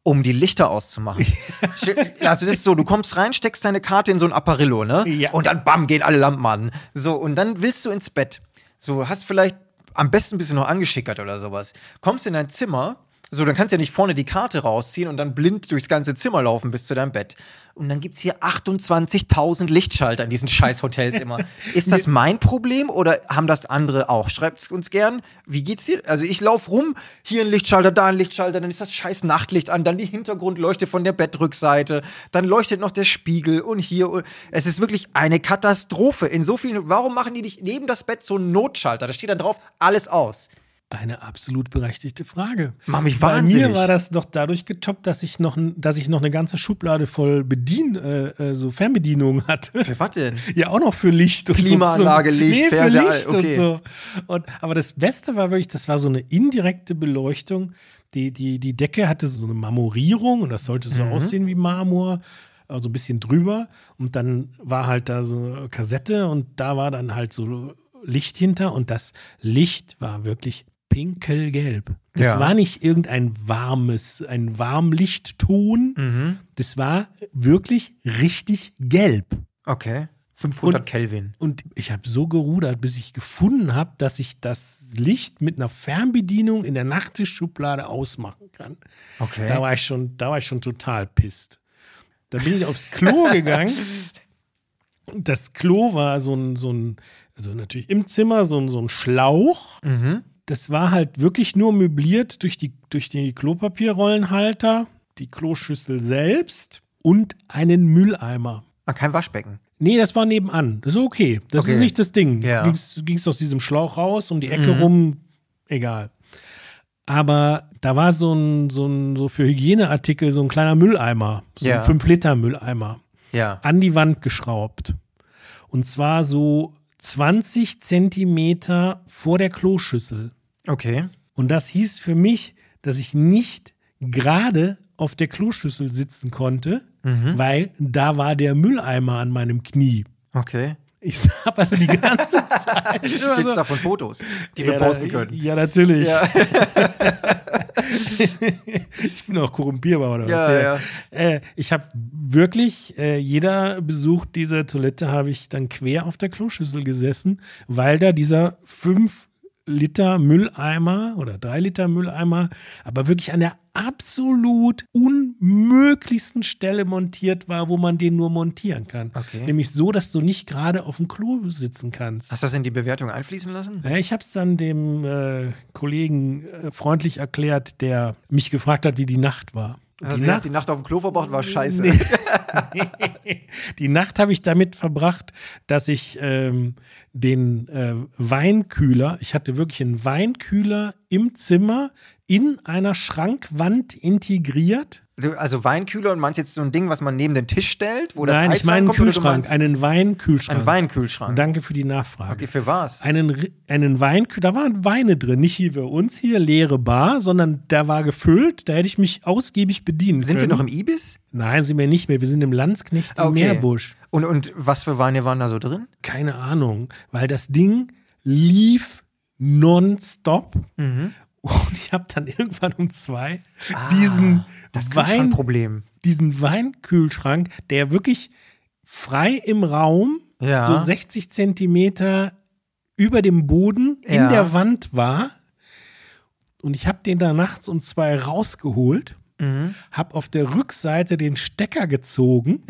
[SPEAKER 2] um die Lichter auszumachen. Also das ist so, du kommst rein, steckst deine Karte in so ein Apparillo, ne?
[SPEAKER 1] Ja.
[SPEAKER 2] Und dann bam, gehen alle Lampen an. So, und dann willst du ins Bett. So, hast vielleicht am besten ein bisschen noch angeschickert oder sowas. Kommst in dein Zimmer, so, dann kannst du ja nicht vorne die Karte rausziehen und dann blind durchs ganze Zimmer laufen bis zu deinem Bett. Und dann gibt's hier achtundzwanzigtausend Lichtschalter in diesen scheiß Hotels immer. Ist das mein Problem oder haben das andere auch? Schreibt's uns gern. Wie geht's dir? Also ich laufe rum, hier ein Lichtschalter, da ein Lichtschalter, dann ist das scheiß Nachtlicht an, dann die Hintergrundleuchte von der Bettrückseite, dann leuchtet noch der Spiegel und hier. Es ist wirklich eine Katastrophe. In so vielen. Warum machen die nicht neben das Bett so einen Notschalter? Da steht dann drauf, alles aus.
[SPEAKER 1] Eine absolut berechtigte Frage.
[SPEAKER 2] Mach mich
[SPEAKER 1] Bei
[SPEAKER 2] wahnsinnig.
[SPEAKER 1] mir war das doch dadurch getoppt, dass ich noch, dass ich noch eine ganze Schublade voll Bedien, äh, äh, so Fernbedienungen hatte.
[SPEAKER 2] Für was denn?
[SPEAKER 1] Ja, auch noch für Licht und
[SPEAKER 2] Klimaanlage,
[SPEAKER 1] so.
[SPEAKER 2] Licht,
[SPEAKER 1] nee, für
[SPEAKER 2] Fernseher,
[SPEAKER 1] Licht
[SPEAKER 2] okay.
[SPEAKER 1] und so. Und, aber das Beste war wirklich, das war so eine indirekte Beleuchtung. Die, die, die Decke hatte so eine Marmorierung und das sollte so
[SPEAKER 2] Mhm.
[SPEAKER 1] aussehen wie Marmor. Also ein bisschen drüber. Und dann war halt da so eine Kassette und da war dann halt so Licht hinter und das Licht war wirklich pinkelgelb. Das
[SPEAKER 2] Ja.
[SPEAKER 1] war nicht irgendein warmes, ein Warmlichtton.
[SPEAKER 2] Mhm.
[SPEAKER 1] Das war wirklich richtig gelb.
[SPEAKER 2] Okay. fünfhundert
[SPEAKER 1] Und-
[SPEAKER 2] Kelvin.
[SPEAKER 1] Und ich habe so gerudert, bis ich gefunden habe, dass ich das Licht mit einer Fernbedienung in der Nachttischschublade ausmachen kann.
[SPEAKER 2] Okay.
[SPEAKER 1] Da war ich schon, da war ich schon total pisst. Da bin ich aufs Klo gegangen. Das Klo war so ein, so ein, also natürlich im Zimmer so ein, so ein Schlauch.
[SPEAKER 2] Mhm.
[SPEAKER 1] Das war halt wirklich nur möbliert durch die, durch die Klopapierrollenhalter, die Kloschüssel selbst und einen Mülleimer.
[SPEAKER 2] Ah, kein Waschbecken.
[SPEAKER 1] Nee, das war nebenan. Das ist okay. Das
[SPEAKER 2] Okay.
[SPEAKER 1] ist nicht das Ding.
[SPEAKER 2] Ja.
[SPEAKER 1] Ging es aus diesem Schlauch raus, um die Ecke
[SPEAKER 2] Mhm.
[SPEAKER 1] rum, egal. Aber da war so ein, so ein, so für Hygieneartikel so ein kleiner Mülleimer, so
[SPEAKER 2] Ja.
[SPEAKER 1] ein fünf Liter Mülleimer,
[SPEAKER 2] Ja.
[SPEAKER 1] an die Wand geschraubt. Und zwar so zwanzig Zentimeter vor der Kloschüssel.
[SPEAKER 2] Okay.
[SPEAKER 1] Und das hieß für mich, dass ich nicht gerade auf der Kloschüssel sitzen konnte,
[SPEAKER 2] Mhm.
[SPEAKER 1] weil da war der Mülleimer an meinem Knie.
[SPEAKER 2] Okay.
[SPEAKER 1] Ich habe also die ganze Zeit.
[SPEAKER 2] Gibt
[SPEAKER 1] immer
[SPEAKER 2] es
[SPEAKER 1] so,
[SPEAKER 2] davon Fotos, die wir
[SPEAKER 1] ja,
[SPEAKER 2] posten
[SPEAKER 1] da,
[SPEAKER 2] können?
[SPEAKER 1] Ja, natürlich.
[SPEAKER 2] Ja,
[SPEAKER 1] Ich bin auch korrumpierbar oder was?
[SPEAKER 2] ja, ja.
[SPEAKER 1] Äh, ich habe wirklich, äh, jeder Besuch dieser Toilette habe ich dann quer auf der Kloschüssel gesessen, weil da dieser fünf Liter Mülleimer oder drei Liter Mülleimer, aber wirklich an der absolut unmöglichsten Stelle montiert war, wo man den nur montieren kann.
[SPEAKER 2] Okay.
[SPEAKER 1] Nämlich so, dass du nicht gerade auf dem Klo sitzen kannst.
[SPEAKER 2] Hast du das in die Bewertung einfließen lassen?
[SPEAKER 1] Ja, ich habe es dann dem äh, Kollegen äh, freundlich erklärt, der mich gefragt hat, wie die Nacht war.
[SPEAKER 2] Hast
[SPEAKER 1] Die
[SPEAKER 2] du
[SPEAKER 1] Nacht,
[SPEAKER 2] die Nacht auf dem Klo verbracht, war scheiße.
[SPEAKER 1] Nee. Die Nacht habe ich damit verbracht, dass ich ähm, den äh, Weinkühler, ich hatte wirklich einen Weinkühler im Zimmer in einer Schrankwand integriert.
[SPEAKER 2] Du, also Weinkühler und meinst jetzt so ein Ding, was man neben den Tisch stellt, wo das
[SPEAKER 1] Nein,
[SPEAKER 2] Eis
[SPEAKER 1] ich meine einen
[SPEAKER 2] reinkommt, oder du
[SPEAKER 1] Kühlschrank,
[SPEAKER 2] meinst
[SPEAKER 1] einen Weinkühlschrank.
[SPEAKER 2] einen Weinkühlschrank?
[SPEAKER 1] Danke für die Nachfrage.
[SPEAKER 2] Okay, für was?
[SPEAKER 1] Einen, Ri- einen Weinkühler, da waren Weine drin, nicht wie bei uns hier, leere Bar, sondern der war gefüllt, da hätte ich mich ausgiebig bedienen
[SPEAKER 2] Sind
[SPEAKER 1] können.
[SPEAKER 2] wir noch im Ibis?
[SPEAKER 1] Nein, sind wir nicht mehr, wir sind im Landsknecht im
[SPEAKER 2] Okay.
[SPEAKER 1] Meerbusch.
[SPEAKER 2] Und, und was für Weine waren da so drin?
[SPEAKER 1] Keine Ahnung, weil das Ding lief nonstop
[SPEAKER 2] Mhm.
[SPEAKER 1] und ich habe dann irgendwann um zwei
[SPEAKER 2] Ah,
[SPEAKER 1] diesen
[SPEAKER 2] Das kann schon ein
[SPEAKER 1] Wein,
[SPEAKER 2] Problem.
[SPEAKER 1] diesen Weinkühlschrank, der wirklich frei im Raum,
[SPEAKER 2] Ja.
[SPEAKER 1] so sechzig Zentimeter über dem Boden in
[SPEAKER 2] Ja.
[SPEAKER 1] der Wand war. Und ich habe den da nachts um zwei rausgeholt,
[SPEAKER 2] Mhm.
[SPEAKER 1] habe auf der Rückseite den Stecker gezogen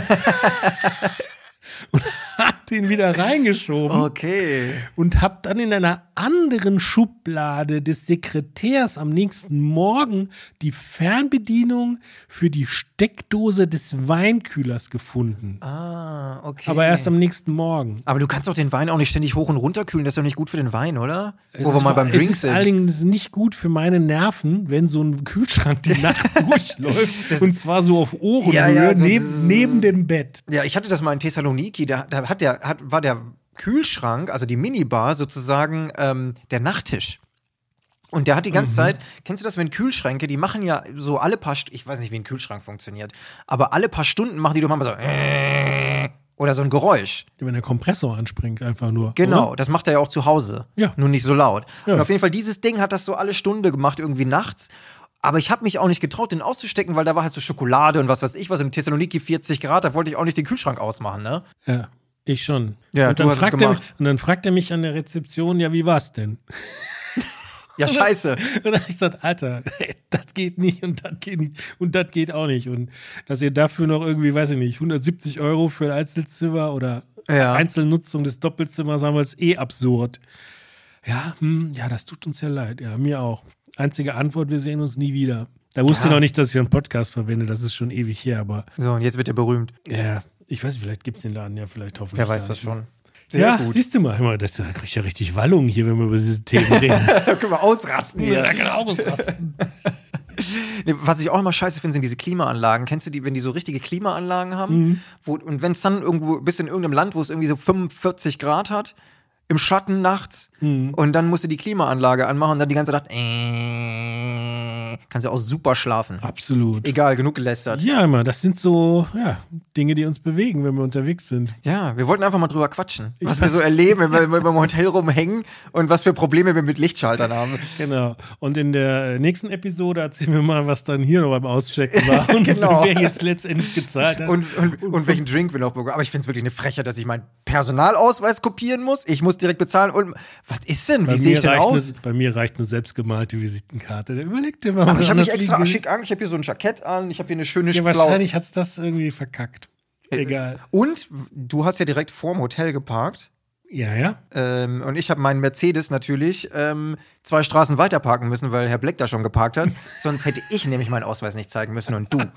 [SPEAKER 1] und habe den wieder reingeschoben.
[SPEAKER 2] Okay.
[SPEAKER 1] Und habe dann in einer anderen Schublade des Sekretärs am nächsten Morgen die Fernbedienung für die Steckdose des Weinkühlers gefunden.
[SPEAKER 2] Ah, okay.
[SPEAKER 1] Aber erst am nächsten Morgen.
[SPEAKER 2] Aber du kannst doch den Wein auch nicht ständig hoch und runter kühlen. Das ist doch nicht gut für den Wein, oder? Wo
[SPEAKER 1] Es
[SPEAKER 2] wir mal
[SPEAKER 1] ist-
[SPEAKER 2] beim Drink
[SPEAKER 1] Es ist
[SPEAKER 2] sind.
[SPEAKER 1] allerdings nicht gut für meine Nerven, wenn so ein Kühlschrank die Nacht durchläuft. Und zwar so auf Ohrenhöhe
[SPEAKER 2] Ja, ja, so
[SPEAKER 1] neben,
[SPEAKER 2] zzz.
[SPEAKER 1] neben dem Bett.
[SPEAKER 2] Ja, ich hatte das mal in Thessaloniki, da, da hat der, hat, war der Kühlschrank, also die Minibar, sozusagen ähm, der Nachttisch. Und der hat die ganze
[SPEAKER 1] Mhm.
[SPEAKER 2] Zeit, kennst du das, wenn Kühlschränke, die machen ja so alle paar, St- ich weiß nicht, wie ein Kühlschrank funktioniert, aber alle paar Stunden machen die doch mal so äh, oder so ein Geräusch.
[SPEAKER 1] Wenn der Kompressor anspringt, einfach nur.
[SPEAKER 2] Genau,
[SPEAKER 1] Oder?
[SPEAKER 2] das macht er ja auch zu Hause.
[SPEAKER 1] Ja.
[SPEAKER 2] Nur nicht so laut.
[SPEAKER 1] Ja.
[SPEAKER 2] Und auf jeden Fall, dieses Ding hat das so alle Stunde gemacht, irgendwie nachts. Aber ich habe mich auch nicht getraut, den auszustecken, weil da war halt so Schokolade und was weiß ich was. Und in Thessaloniki vierzig Grad, da wollte ich auch nicht den Kühlschrank ausmachen, ne?
[SPEAKER 1] Ja, ich schon.
[SPEAKER 2] Ja,
[SPEAKER 1] und,
[SPEAKER 2] du
[SPEAKER 1] dann
[SPEAKER 2] hast es
[SPEAKER 1] fragt er,
[SPEAKER 2] gemacht.
[SPEAKER 1] und dann fragt er mich an der Rezeption, ja, wie war's denn?
[SPEAKER 2] Ja, scheiße.
[SPEAKER 1] Und dann habe ich gesagt, Alter, das geht nicht und das geht nicht und das geht auch nicht. Und dass ihr dafür noch irgendwie, weiß ich nicht, hundertsiebzig Euro für ein Einzelzimmer oder
[SPEAKER 2] Ja.
[SPEAKER 1] Einzelnutzung des Doppelzimmers haben, wir, ist eh absurd. Ja, hm, ja, das tut uns ja leid. Ja, mir auch. Einzige Antwort, wir sehen uns nie wieder. Da wusste
[SPEAKER 2] Ja.
[SPEAKER 1] ich noch nicht, dass ich einen Podcast verwende, das ist schon ewig her, aber
[SPEAKER 2] So, und jetzt wird er berühmt.
[SPEAKER 1] ja, ich weiß nicht, vielleicht gibt es den Laden ja, vielleicht hoffentlich.
[SPEAKER 2] Wer weiß
[SPEAKER 1] gar
[SPEAKER 2] das
[SPEAKER 1] nicht.
[SPEAKER 2] schon.
[SPEAKER 1] Ja, siehst du mal, immer, das, da krieg ich ja richtig Wallung hier, wenn wir über diese Themen reden.
[SPEAKER 2] Da können wir ausrasten hier.
[SPEAKER 1] Da kann auch ausrasten.
[SPEAKER 2] Nee, was ich auch immer scheiße finde, sind diese Klimaanlagen. Kennst du die, wenn die so richtige Klimaanlagen haben?
[SPEAKER 1] Mhm.
[SPEAKER 2] Wo, und wenn es dann irgendwo, bist in irgendeinem Land, wo es irgendwie so fünfundvierzig Grad hat, im Schatten nachts,
[SPEAKER 1] Mhm.
[SPEAKER 2] und dann musst du die Klimaanlage anmachen und dann die ganze Nacht, äh, kannst du auch super schlafen.
[SPEAKER 1] Absolut.
[SPEAKER 2] Egal, genug gelästert.
[SPEAKER 1] Ja, immer, das sind so ja, Dinge, die uns bewegen, wenn wir unterwegs sind.
[SPEAKER 2] Ja, wir wollten einfach mal drüber quatschen,
[SPEAKER 1] Ich
[SPEAKER 2] was wir so erleben, wenn wir, wenn wir im Hotel rumhängen und was für Probleme wir mit Lichtschaltern haben.
[SPEAKER 1] Genau. Und in der nächsten Episode erzählen wir mal, was dann hier noch beim Auschecken war und
[SPEAKER 2] Genau.
[SPEAKER 1] wer jetzt letztendlich gezahlt hat.
[SPEAKER 2] Und, und, und welchen Drink wir noch bekommen. Aber ich finde es wirklich eine Frechheit, dass ich meinen Personalausweis kopieren muss. Ich muss direkt bezahlen. Und was ist denn? Wie
[SPEAKER 1] bei,
[SPEAKER 2] sehe
[SPEAKER 1] mir
[SPEAKER 2] ich denn
[SPEAKER 1] reicht
[SPEAKER 2] aus?
[SPEAKER 1] eine, bei mir reicht eine selbstgemalte Visitenkarte. Der überlegt dir mal.
[SPEAKER 2] Aber ich habe mich
[SPEAKER 1] was
[SPEAKER 2] extra
[SPEAKER 1] liegen-
[SPEAKER 2] schick an. Ich habe hier so ein Jackett an. Ich habe hier eine schöne
[SPEAKER 1] Ja,
[SPEAKER 2] blaue.
[SPEAKER 1] wahrscheinlich hat es das irgendwie verkackt. Egal.
[SPEAKER 2] Und du hast ja direkt vorm Hotel geparkt.
[SPEAKER 1] Ja, ja.
[SPEAKER 2] Ähm, und ich habe meinen Mercedes natürlich ähm, zwei Straßen weiter parken müssen, weil Herr Bleck da schon geparkt hat. Sonst hätte ich nämlich meinen Ausweis nicht zeigen müssen und du.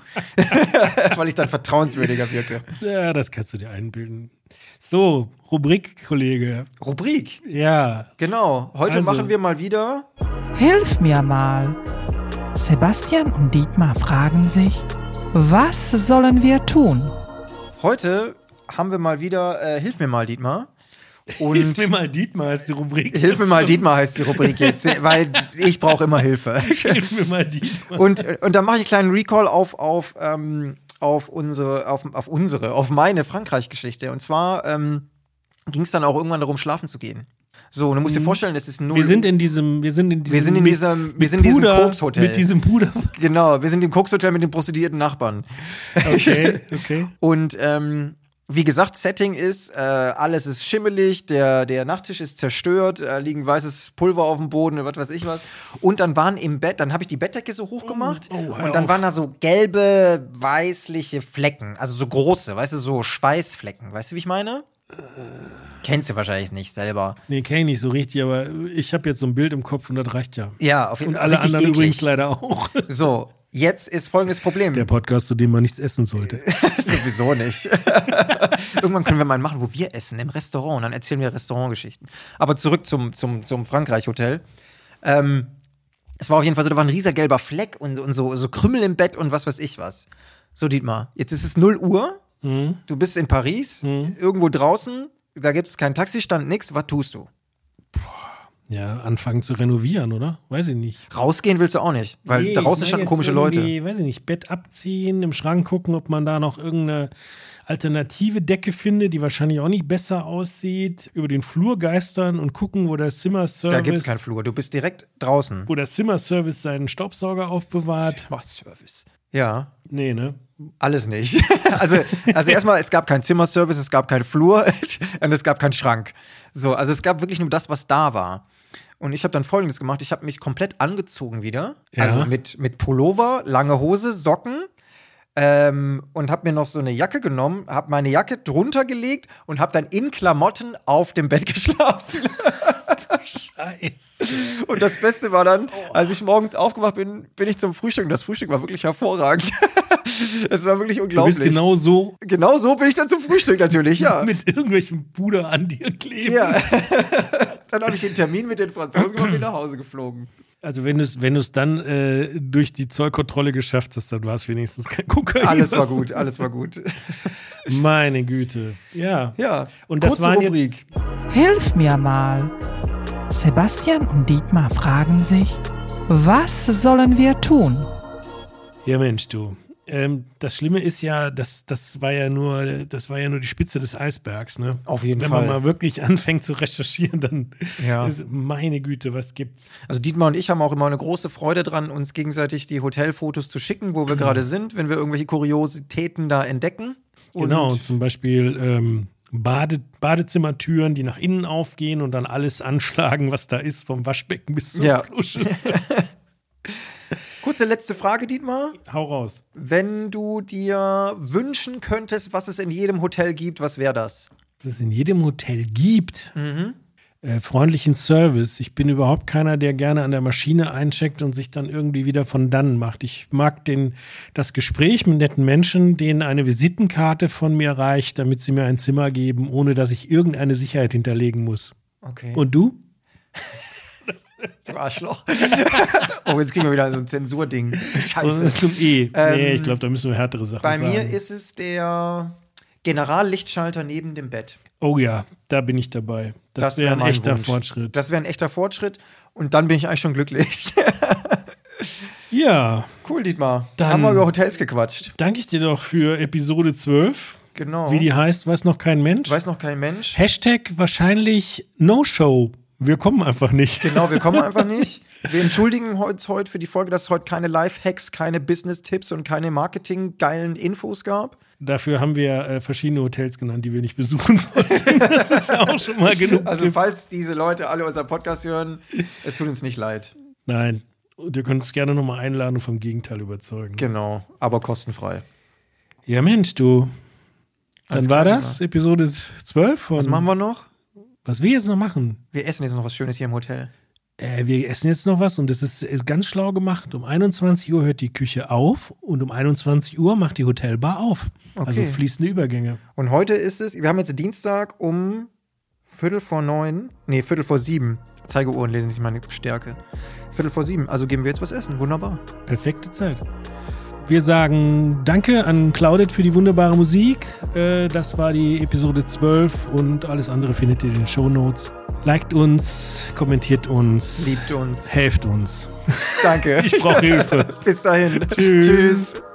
[SPEAKER 2] Weil ich dann vertrauenswürdiger wirke.
[SPEAKER 1] Ja, das kannst du dir einbilden. So, Rubrik, Kollege.
[SPEAKER 2] Rubrik.
[SPEAKER 1] Ja.
[SPEAKER 2] Genau. Heute
[SPEAKER 1] Also.
[SPEAKER 2] machen wir mal wieder.
[SPEAKER 3] Hilf mir mal. Sebastian und Dietmar fragen sich, was sollen wir tun?
[SPEAKER 2] Heute haben wir mal wieder. Äh, Hilf mir mal, Dietmar. Und
[SPEAKER 1] Hilf mir mal, Dietmar ist die Rubrik.
[SPEAKER 2] Hilf mir mal, Dietmar heißt die Rubrik jetzt, weil ich brauche immer Hilfe.
[SPEAKER 1] Hilf mir mal, Dietmar.
[SPEAKER 2] Und, und dann mache ich einen kleinen Recall auf, auf, ähm, auf, unsere, auf, auf unsere, auf meine Frankreich-Geschichte. Und zwar ähm, ging es dann auch irgendwann darum, schlafen zu gehen. So, und du musst dir vorstellen, es ist null.
[SPEAKER 1] Wir sind in diesem, wir sind in diesem,
[SPEAKER 2] Wir sind in
[SPEAKER 1] mit-
[SPEAKER 2] diesem- wir
[SPEAKER 1] mit
[SPEAKER 2] sind in diesem
[SPEAKER 1] Puder-
[SPEAKER 2] Kokshotel.
[SPEAKER 1] Mit diesem Puder.
[SPEAKER 2] Genau, wir sind im Kokshotel mit den prostituierten Nachbarn.
[SPEAKER 1] Okay, okay.
[SPEAKER 2] Und ähm, wie gesagt, Setting ist, äh, alles ist schimmelig, der, der Nachttisch ist zerstört, äh, liegen weißes Pulver auf dem Boden, was weiß ich was. Und dann waren im Bett, dann habe ich die Bettdecke so hoch gemacht
[SPEAKER 1] Oh, oh, hör
[SPEAKER 2] und dann
[SPEAKER 1] auf.
[SPEAKER 2] waren da so gelbe, weißliche Flecken, also so große, weißt du, so Schweißflecken. Weißt du, wie ich meine? Kennst du wahrscheinlich nicht selber.
[SPEAKER 1] Nee, kenn ich nicht so richtig, aber ich habe jetzt so ein Bild im Kopf und das reicht ja.
[SPEAKER 2] Ja, auf jeden
[SPEAKER 1] Und
[SPEAKER 2] Fall.
[SPEAKER 1] alle
[SPEAKER 2] richtig
[SPEAKER 1] anderen
[SPEAKER 2] eklig.
[SPEAKER 1] übrigens leider auch.
[SPEAKER 2] So, jetzt ist folgendes Problem.
[SPEAKER 1] Der Podcast, zu dem man nichts essen sollte.
[SPEAKER 2] Sowieso nicht. Irgendwann können wir mal einen machen, wo wir essen, im Restaurant. Und dann erzählen wir Restaurantgeschichten. Aber zurück zum, zum, zum Frankreich-Hotel. Ähm, es war auf jeden Fall so, da war ein rieser gelber Fleck und, und so, so Krümmel im Bett und was weiß ich was. So, Dietmar, jetzt ist es null Uhr.
[SPEAKER 1] Mhm.
[SPEAKER 2] Du bist in Paris, irgendwo draußen. Da gibt es keinen Taxistand, nix. Was tust du?
[SPEAKER 1] Ja, anfangen zu renovieren, oder? Weiß ich nicht.
[SPEAKER 2] Rausgehen willst du auch nicht, weil
[SPEAKER 1] Nee,
[SPEAKER 2] draußen
[SPEAKER 1] ich
[SPEAKER 2] standen
[SPEAKER 1] mein
[SPEAKER 2] komische
[SPEAKER 1] jetzt
[SPEAKER 2] Leute.
[SPEAKER 1] irgendwie, weiß ich nicht, Bett abziehen, im Schrank gucken, ob man da noch irgendeine alternative Decke findet, die wahrscheinlich auch nicht besser aussieht. Über den Flur geistern und gucken, wo der Zimmerservice,
[SPEAKER 2] Da gibt es keinen Flur. Du bist direkt draußen.
[SPEAKER 1] wo der Zimmerservice seinen Staubsauger aufbewahrt.
[SPEAKER 2] Service. Ja.
[SPEAKER 1] Nee, ne?
[SPEAKER 2] Alles nicht. Also, also erstmal, es gab keinen Zimmerservice, es gab keinen Flur und es gab keinen Schrank. So, also es gab wirklich nur das, was da war. Und ich habe dann Folgendes gemacht. Ich habe mich komplett angezogen wieder.
[SPEAKER 1] Ja.
[SPEAKER 2] Also mit, mit Pullover, lange Hose, Socken. Ähm, und habe mir noch so eine Jacke genommen, habe meine Jacke drunter gelegt und habe dann in Klamotten auf dem Bett geschlafen.
[SPEAKER 1] Scheiße.
[SPEAKER 2] Und das Beste war dann, als ich morgens aufgewacht bin, bin ich zum Frühstück. Und das Frühstück war wirklich hervorragend. Es war wirklich
[SPEAKER 1] Du
[SPEAKER 2] unglaublich.
[SPEAKER 1] bist genau so
[SPEAKER 2] Genau so bin ich dann zum Frühstück natürlich, ja.
[SPEAKER 1] mit irgendwelchem Puder an dir kleben.
[SPEAKER 2] Ja. Dann habe ich den Termin mit den Franzosen und bin nach Hause geflogen.
[SPEAKER 1] Also wenn du es wenn du's dann äh, durch die Zollkontrolle geschafft hast, dann war es wenigstens kein Kokain.
[SPEAKER 2] Alles war gut, alles war gut.
[SPEAKER 1] Meine Güte. Ja.
[SPEAKER 2] Ja,
[SPEAKER 1] Und das
[SPEAKER 2] kurze
[SPEAKER 1] waren
[SPEAKER 2] Rubrik.
[SPEAKER 3] Hilf mir mal. Sebastian und Dietmar fragen sich, was sollen wir tun?
[SPEAKER 1] Ja, Mensch, du. Ähm, das Schlimme ist ja, das, das war ja nur, das war ja nur die Spitze des Eisbergs, ne?
[SPEAKER 2] Auf jeden
[SPEAKER 1] Wenn
[SPEAKER 2] Fall.
[SPEAKER 1] man mal wirklich anfängt zu recherchieren, dann
[SPEAKER 2] Ja.
[SPEAKER 1] ist, meine Güte, was gibt's?
[SPEAKER 2] Also Dietmar und ich haben auch immer eine große Freude dran, uns gegenseitig die Hotelfotos zu schicken, wo wir gerade sind, wenn wir irgendwelche Kuriositäten da entdecken. Und
[SPEAKER 1] Genau, zum Beispiel ähm, Bade, Badezimmertüren, die nach innen aufgehen und dann alles anschlagen, was da ist, vom Waschbecken bis zur
[SPEAKER 2] Ja.
[SPEAKER 1] Kloschüssel.
[SPEAKER 2] Kurze letzte Frage, Dietmar.
[SPEAKER 1] Hau raus.
[SPEAKER 2] Wenn du dir wünschen könntest, was es in jedem Hotel gibt, was wäre das?
[SPEAKER 1] Was es in jedem Hotel gibt.
[SPEAKER 2] Mhm.
[SPEAKER 1] Äh, freundlichen Service. Ich bin überhaupt keiner, der gerne an der Maschine eincheckt und sich dann irgendwie wieder von dannen macht. Ich mag den, das Gespräch mit netten Menschen, denen eine Visitenkarte von mir reicht, damit sie mir ein Zimmer geben, ohne dass ich irgendeine Sicherheit hinterlegen muss.
[SPEAKER 2] Okay.
[SPEAKER 1] Und du?
[SPEAKER 2] Du Arschloch. Oh, jetzt kriegen wir wieder so ein Zensurding.
[SPEAKER 1] So,
[SPEAKER 2] Scheiße.
[SPEAKER 1] das ist zum E.
[SPEAKER 2] Ähm,
[SPEAKER 1] nee, ich glaube, da müssen wir härtere Sachen
[SPEAKER 2] Bei
[SPEAKER 1] sagen.
[SPEAKER 2] mir ist es der Generallichtschalter neben dem Bett.
[SPEAKER 1] Oh ja, da bin ich dabei. Das,
[SPEAKER 2] Das
[SPEAKER 1] wäre
[SPEAKER 2] wär
[SPEAKER 1] ein
[SPEAKER 2] mein
[SPEAKER 1] echter
[SPEAKER 2] Wunsch.
[SPEAKER 1] Fortschritt.
[SPEAKER 2] Das wäre ein echter Fortschritt und dann bin ich eigentlich schon glücklich.
[SPEAKER 1] Ja,
[SPEAKER 2] Cool, Dietmar.
[SPEAKER 1] Dann-
[SPEAKER 2] haben wir über Hotels gequatscht.
[SPEAKER 1] danke ich dir doch für Episode zwölf.
[SPEAKER 2] Genau.
[SPEAKER 1] Wie die heißt, weiß noch kein Mensch.
[SPEAKER 2] Weiß noch kein Mensch.
[SPEAKER 1] Hashtag wahrscheinlich No-Show. Wir kommen einfach nicht.
[SPEAKER 2] Genau, wir kommen einfach nicht. Wir entschuldigen uns heute für die Folge, dass es heute keine Life-Hacks, keine Business-Tipps und keine Marketing-geilen Infos gab.
[SPEAKER 1] Dafür haben wir äh, verschiedene Hotels genannt, die wir nicht besuchen sollten. Das ist ja auch schon mal genug.
[SPEAKER 2] Also,
[SPEAKER 1] Tipp.
[SPEAKER 2] falls diese Leute alle unseren Podcast hören, es tut uns nicht leid.
[SPEAKER 1] Nein. Und ihr könnt uns gerne nochmal einladen und vom Gegenteil überzeugen.
[SPEAKER 2] Genau, aber kostenfrei.
[SPEAKER 1] Ja, Mensch, du. Dann
[SPEAKER 2] Alles
[SPEAKER 1] war
[SPEAKER 2] klar,
[SPEAKER 1] das Episode zwölf. Von,
[SPEAKER 2] Was machen wir noch?
[SPEAKER 1] Was wir jetzt noch machen?
[SPEAKER 2] Wir essen jetzt noch was Schönes hier im Hotel.
[SPEAKER 1] Äh, wir essen jetzt noch was und das ist, ist ganz schlau gemacht. Um einundzwanzig Uhr hört die Küche auf und um einundzwanzig Uhr macht die Hotelbar auf. Also
[SPEAKER 2] Okay.
[SPEAKER 1] fließende Übergänge.
[SPEAKER 2] Und heute ist es, wir haben jetzt Dienstag um Viertel vor neun, nee, Viertel vor sieben. Zeigeuhren lesen sich meine Stärke. Viertel vor sieben, also geben wir jetzt was essen. Wunderbar.
[SPEAKER 1] Perfekte Zeit. Wir sagen Danke an Claudette für die wunderbare Musik. Äh, das war die Episode zwölf und alles andere findet ihr in den Shownotes. Liked uns, kommentiert uns,
[SPEAKER 2] Liebt uns.
[SPEAKER 1] helft uns.
[SPEAKER 2] Danke.
[SPEAKER 1] Ich brauche Hilfe.
[SPEAKER 2] Bis dahin.
[SPEAKER 1] Tschüss.
[SPEAKER 2] Tschüss.